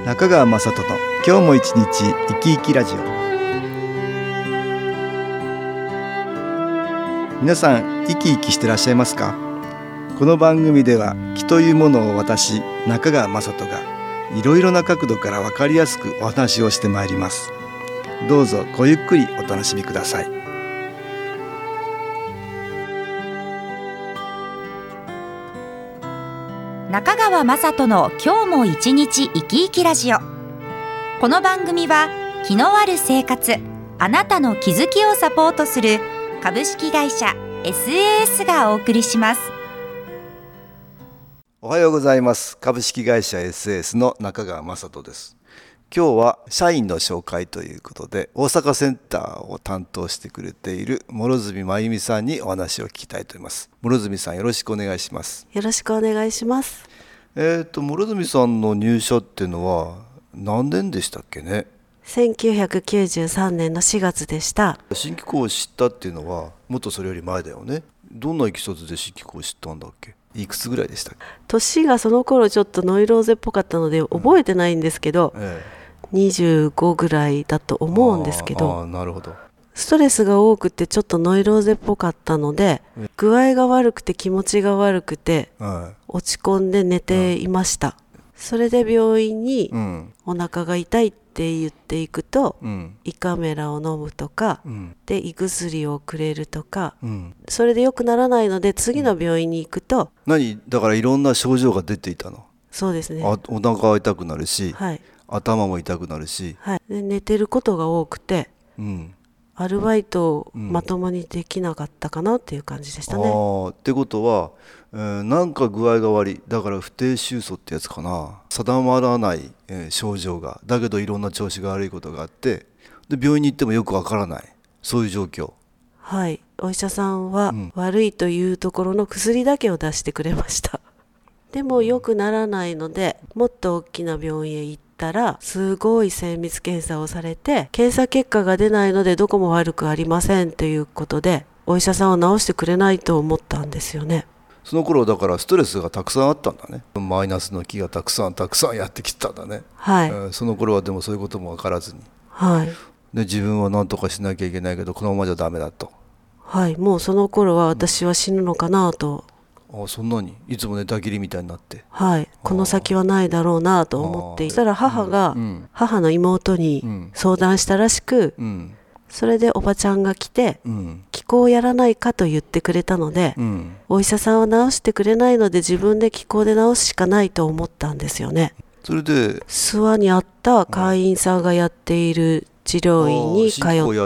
中川雅人の今日も一日生き生きラジオ。皆さん生き生きしてらっしゃいますか？この番組では気というものを私中川雅人がいろいろな角度から分かりやすくお話をしてまいります。どうぞごゆっくりお楽しみください。 中川雅人の今日も一日生き生きラジオ。この番組は気のある生活、あなたの気づきをサポートする株式会社 SAS がお送りします。 おはようございます。株式会社 SAS の中川雅人です。今日は社員の紹介ということで大阪センターを担当してくれている諸角真由美さんにお話を聞きたいと思います。諸角さん、よろしくお願いします。 よろしくお願いします。 諸角さんの入社っていうのは何年でしたっけね 1993年の4月でした。 新機構を知ったっていうのはもっとそれより前だよね。どんないきさつで新機構を知ったんだっけ？いくつぐらいでしたっけ？ 年がその頃ちょっとノイローゼっぽかったので覚えてないんですけど、25ぐらいだと思うんですけど、 なるほど。 ストレスが多くてちょっとノイローゼっぽかったので、具合が悪くて気持ちが悪くて、落ち込んで寝ていました。それで病院にお腹が痛いって言っていくと、胃カメラを飲むとか、で胃薬をくれるとか、それで良くならないので次の病院に行くと、 だからいろんな症状が出ていたの？ そうですね。 お腹が痛くなるし、頭も痛くなるし、 で寝てることが多くて、アルバイトをまともにできなかったかなっていう感じでしたね。 ってことは、なんか具合が悪い、だから不定収束ってやつかな。定まらない、症状がだけどいろんな調子が悪いことがあって、で病院に行ってもよくわからない、そういう状況。 はい、お医者さんは悪いというところの薬だけを出してくれました。でも良くならないので、もっと大きな病院へ行ったらすごい精密検査をされて、検査結果が出ないのでどこも悪くありませんということで、お医者さんは治してくれないと思ったんですよね。その頃だからストレスがたくさんあったんだね。マイナスの気がたくさんやってきたんだね。その頃はでもそういうことも分からずに、で自分は何とかしなきゃいけないけどこのままじゃダメだと。もうその頃は私は死ぬのかなと、そんなにいつも寝たきりみたいになって、この先はないだろうなと思っていたら、母が、母の妹に相談したらしく、それでおばちゃんが来て、気候をやらないかと言ってくれたので、お医者さんは治してくれないので自分で気候で治すしかないと思ったんですよね。それで諏訪にあった会員さんがやっている治療院に通って、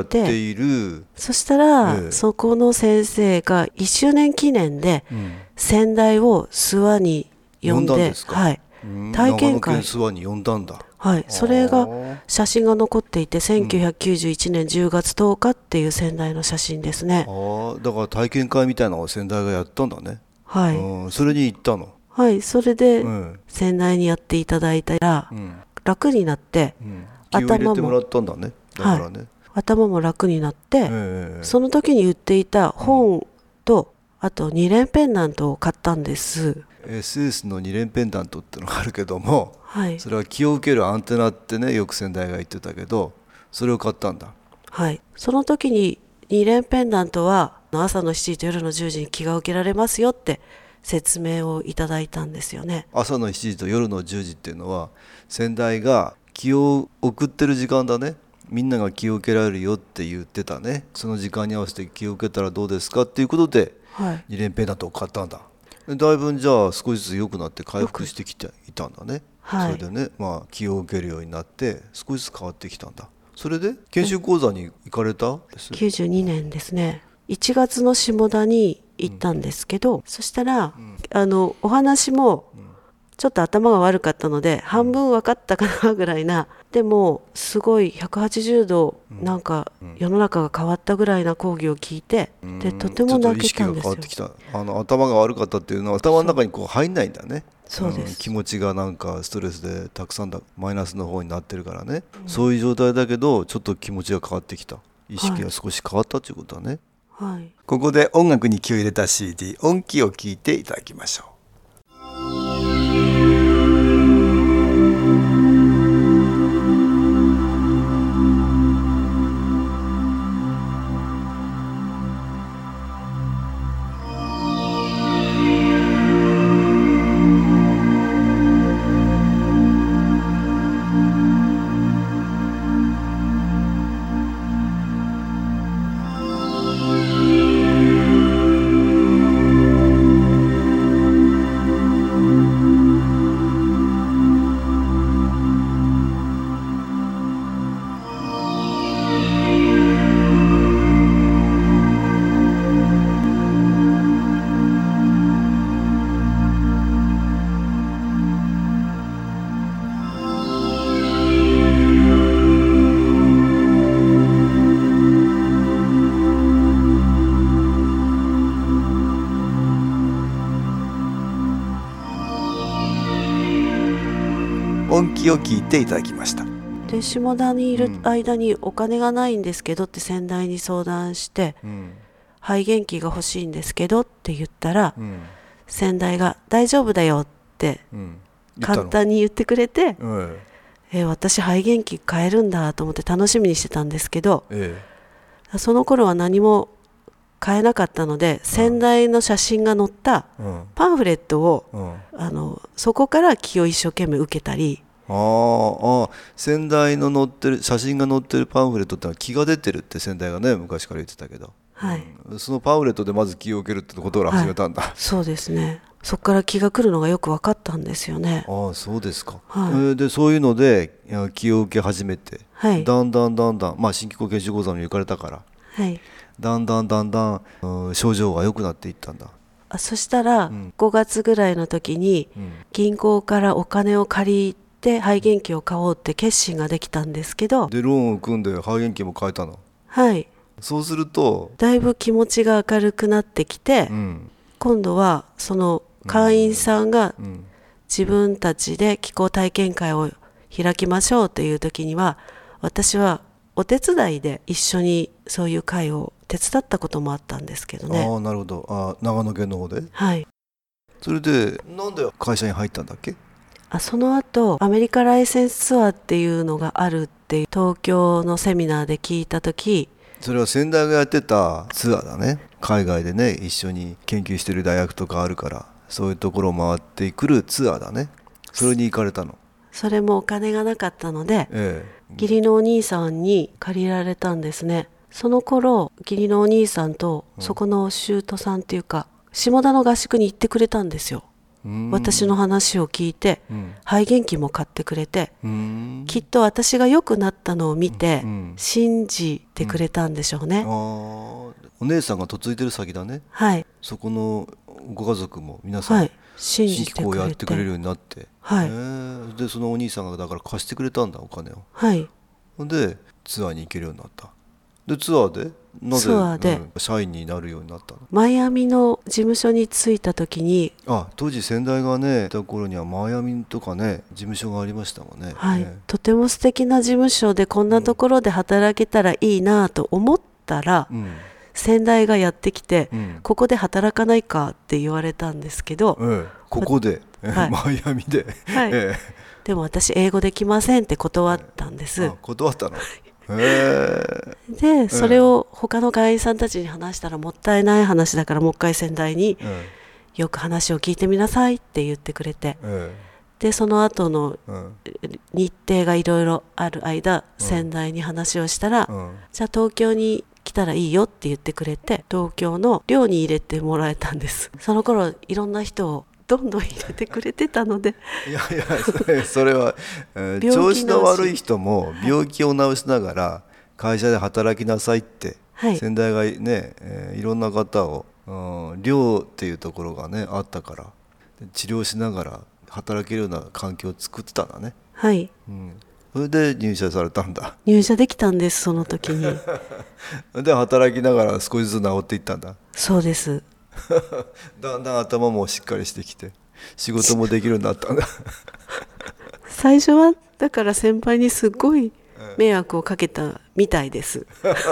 そしたら、そこの先生が1周年記念で先代を諏訪に呼んで、体験会、諏訪に呼んだんだ。それが写真が残っていて、1991年10月10日っていう先代の写真ですね。だから体験会みたいなのを先代がやったんだね。それに行ったの？それで先代にやっていただいたら楽になって、 気を入れてもらったんだね。だからね、 頭も楽になって、その時に売っていた本と、あと2連ペンダントを買ったんです。 SS の2連ペンダントってのがあるけども、それは気を受けるアンテナってね、よく先代が言ってたけど、それを買ったんだ。 その時に2連ペンダントは朝の7時と夜の10時に気が受けられますよって説明をいただいたんですよね。 朝の7時と夜の10時っていうのは先代が気を送ってる時間だね。みんなが気を受けられるよって言ってたね。その時間に合わせて気を受けたらどうですかっていうことで、2連ペンダントを買ったんだ。だいぶじゃあ少しずつ良くなって回復してきていたんだね。それでね、気を受けるようになって少しずつ変わってきたんだ。それで研修講座に行かれた ？92年ですね。1月の下田に行ったんですけど、そしたら、お話もちょっと頭が悪かったので、半分分かったかなぐらいな、でもすごい180度なんか世の中が変わったぐらいな講義を聞いて、でとても泣けたんですよ。 ちょっと意識が変わってきた。頭が悪かったっていうのは頭の中にこう入んないんだね。 そうです。 気持ちがなんかストレスでたくさんマイナスの方になってるからね、そういう状態だけどちょっと気持ちが変わってきた、意識が少し変わったということだね。ここで音楽に気を入れた CD 音気を聴いていただきましょう。 音気を聞いていただきました。 で下田にいる間にお金がないんですけどって先代に相談して、肺元気が欲しいんですけどって言ったら、先代が大丈夫だよって簡単に言ってくれて、私肺元気買えるんだと思って楽しみにしてたんですけど、その頃は何も買えなかったので、先代の写真が載ったパンフレットを、そこから気を一生懸命受けたり。 先代の載ってる写真が載ってるパンフレットってのは気が出てるって先代がね昔から言ってたけど、そのパンフレットでまず気を受けるってことから始めたんだ。 そうですね。そこから気が来るのがよく分かったんですよね。 そうですか。でそういうので気を受け始めて、だんだん新規高研修講座に行かれたから、だんだん、症状が良くなっていったんだ。 そしたら、5月ぐらいの時に、銀行からお金を借りて肺元気を買おうって決心ができたんですけど、 でローンを組んで肺元気も買えたの。そうするとだいぶ気持ちが明るくなってきて、今度はその会員さんが自分たちで気候体験会を開きましょうという時には、私はお手伝いで一緒にそういう会を手伝ったこともあったんですけどね。 なるほど。長野県の方で。それでなんで会社に入ったんだっけ？ その後アメリカライセンスツアーっていうのがあるって東京のセミナーで聞いた時、 それは先代がやってたツアーだね。海外でね一緒に研究してる大学とかあるから、そういうところを回ってくるツアーだね。それに行かれたの。 それもお金がなかったので、義理のお兄さんに借りられたんですね。その頃義理のお兄さんとそこの舅さんっていうか、下田の合宿に行ってくれたんですよ。私の話を聞いて、肺元気も買ってくれて、きっと私が良くなったのを見て、信じてくれたんでしょうね。 お姉さんが嫁いでる先だね。そこのご家族も皆さん、 信じてくれて、 新規をやってくれるようになって、でそのお兄さんがだから貸してくれたんだ、お金を。でツアーに行けるようになった。でツアーでなぜ社員になるようになったの？ マイアミの事務所に着いた時に、 当時先代がねいた頃にはマイアミとかね事務所がありましたもんね。 とても素敵な事務所で、こんなところで働けたらいいなと思ったら、先代がやってきて、ここで働かないかって言われたんですけど、 ここで、マイアミで、 でも私英語できませんって断ったんです。 断ったの？ でそれを他の会員さんたちに話したら、もったいない話だからもう一回先代に、よく話を聞いてみなさいって言ってくれて、でその後の日程がいろいろある間、先代に話をしたら、じゃあ東京に来たらいいよって言ってくれて、東京の寮に入れてもらえたんです。その頃いろんな人をどんどん入れてくれてたので、 それは、調子の悪い人も病気を治しながら会社で働きなさいって、先代がね、いろんな方を、寮っていうところがねあったから、治療しながら働けるような環境を作ってたんだね。それで入社されたんだ。 入社できたんです、その時に。 で働きながら少しずつ治っていったんだ。 そうです。 だんだん頭もしっかりしてきて仕事もできるようになったんだ。 最初はだから先輩にすごい迷惑をかけたみたいです。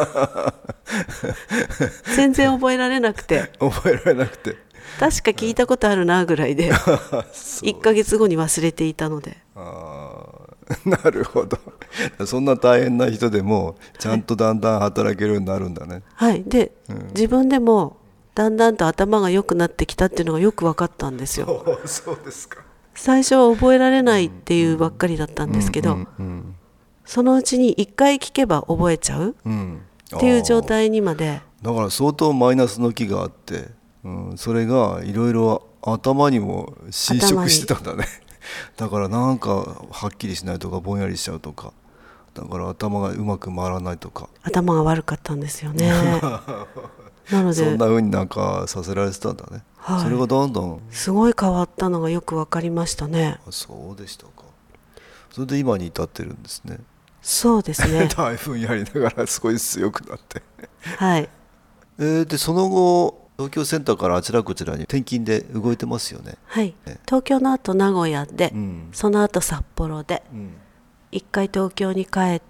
全然覚えられなくて確か聞いたことあるなぐらいで1ヶ月後に忘れていたので。 なるほど。そんな大変な人でもちゃんとだんだん働けるようになるんだね。 で、自分でもだんだんと頭が良くなってきたっていうのがよく分かったんですよ。 そうですか。 最初は覚えられないっていうばっかりだったんですけど、そのうちに1回聞けば覚えちゃうっていう状態にまで。 だから相当マイナスの気があって、それがいろいろ頭にも侵食してたんだね。だからなんかはっきりしないとかぼんやりしちゃうとか、だから頭がうまく回らないとか。 頭が悪かったんですよね。なのでそんな風になんかさせられてたんだね。それがどんどんすごい変わったのがよく分かりましたね。 そうでしたか。それで今に至ってるんですね。 そうですね。 だいぶやりながら少しずつ良くなって。 でその後東京センターからあちらこちらに転勤で動いてますよね。 はい、東京の後名古屋で、その後札幌で、一回東京に帰って、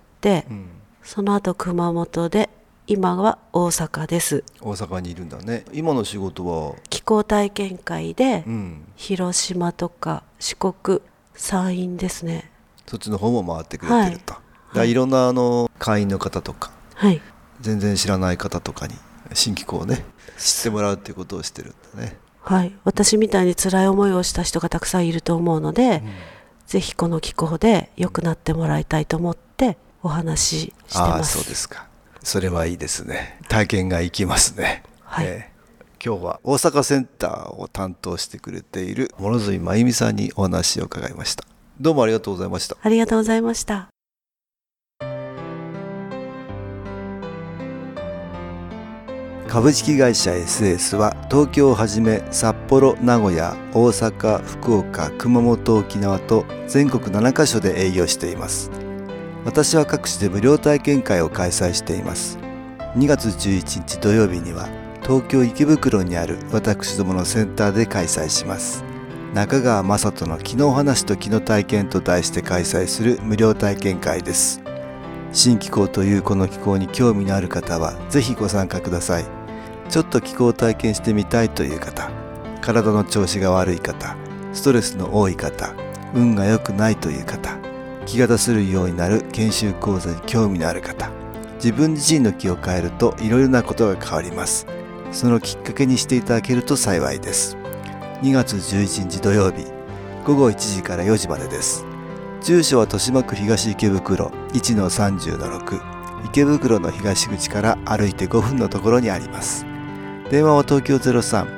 その後熊本で、今は大阪です。 大阪にいるんだね。今の仕事は気候体験会で、広島とか四国、山陰ですね。 そっちの方も回ってくれてると、いろんな会員の方とか、全然知らない方とかに新機構をね知ってもらうっていうことをしてるんだね。 はい、私みたいに辛い思いをした人がたくさんいると思うので、ぜひこの機構で良くなってもらいたいと思ってお話ししてます。 そうですか。それはいいですね。体験が生きますね。今日は大阪センターを担当してくれている諸角真由美さんにお話を伺いました。どうもありがとうございました。 ありがとうございました。 株式会社 SS は東京をはじめ札幌、名古屋、大阪、福岡、熊本、沖縄と全国7カ所で営業しています。私は各地で無料体験会を開催しています。2月11日土曜日には東京池袋にある私どものセンターで開催します。中川雅人の気の話と気の体験と題して開催する無料体験会です。新気候というこの気候に興味のある方はぜひご参加ください。ちょっと気候を体験してみたいという方、体の調子が悪い方、ストレスの多い方、運が良くないという方、気が出せるようになる研修講座に興味のある方、自分自身の気を変えるといろいろなことが変わります。そのきっかけにしていただけると幸いです。2月11日土曜日午後1時から4時までです。住所は豊島区東池袋 1-30-6、 池袋の東口から歩いて5分のところにあります。電話は東京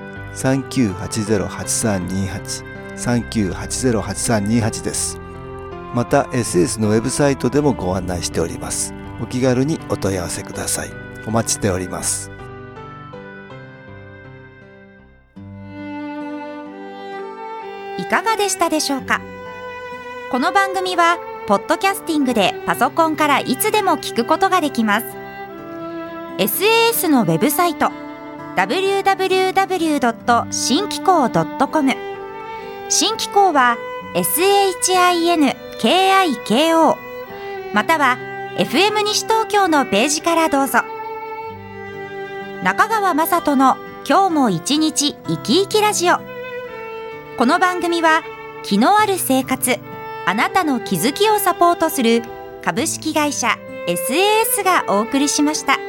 03-3980-8328 3980-8328 です。また SS のウェブサイトでもご案内しております。お気軽にお問い合わせください。お待ちしております。 いかがでしたでしょうか。この番組はポッドキャスティングでパソコンからいつでも聞くことができます。 SAS のウェブサイト www.新機構.com、 新機構は SHINKIKO または FM 西東京のページからどうぞ。中川雅人の今日も一日生き生きラジオ。この番組は気のある生活、あなたの気づきをサポートする株式会社 SAS がお送りしました。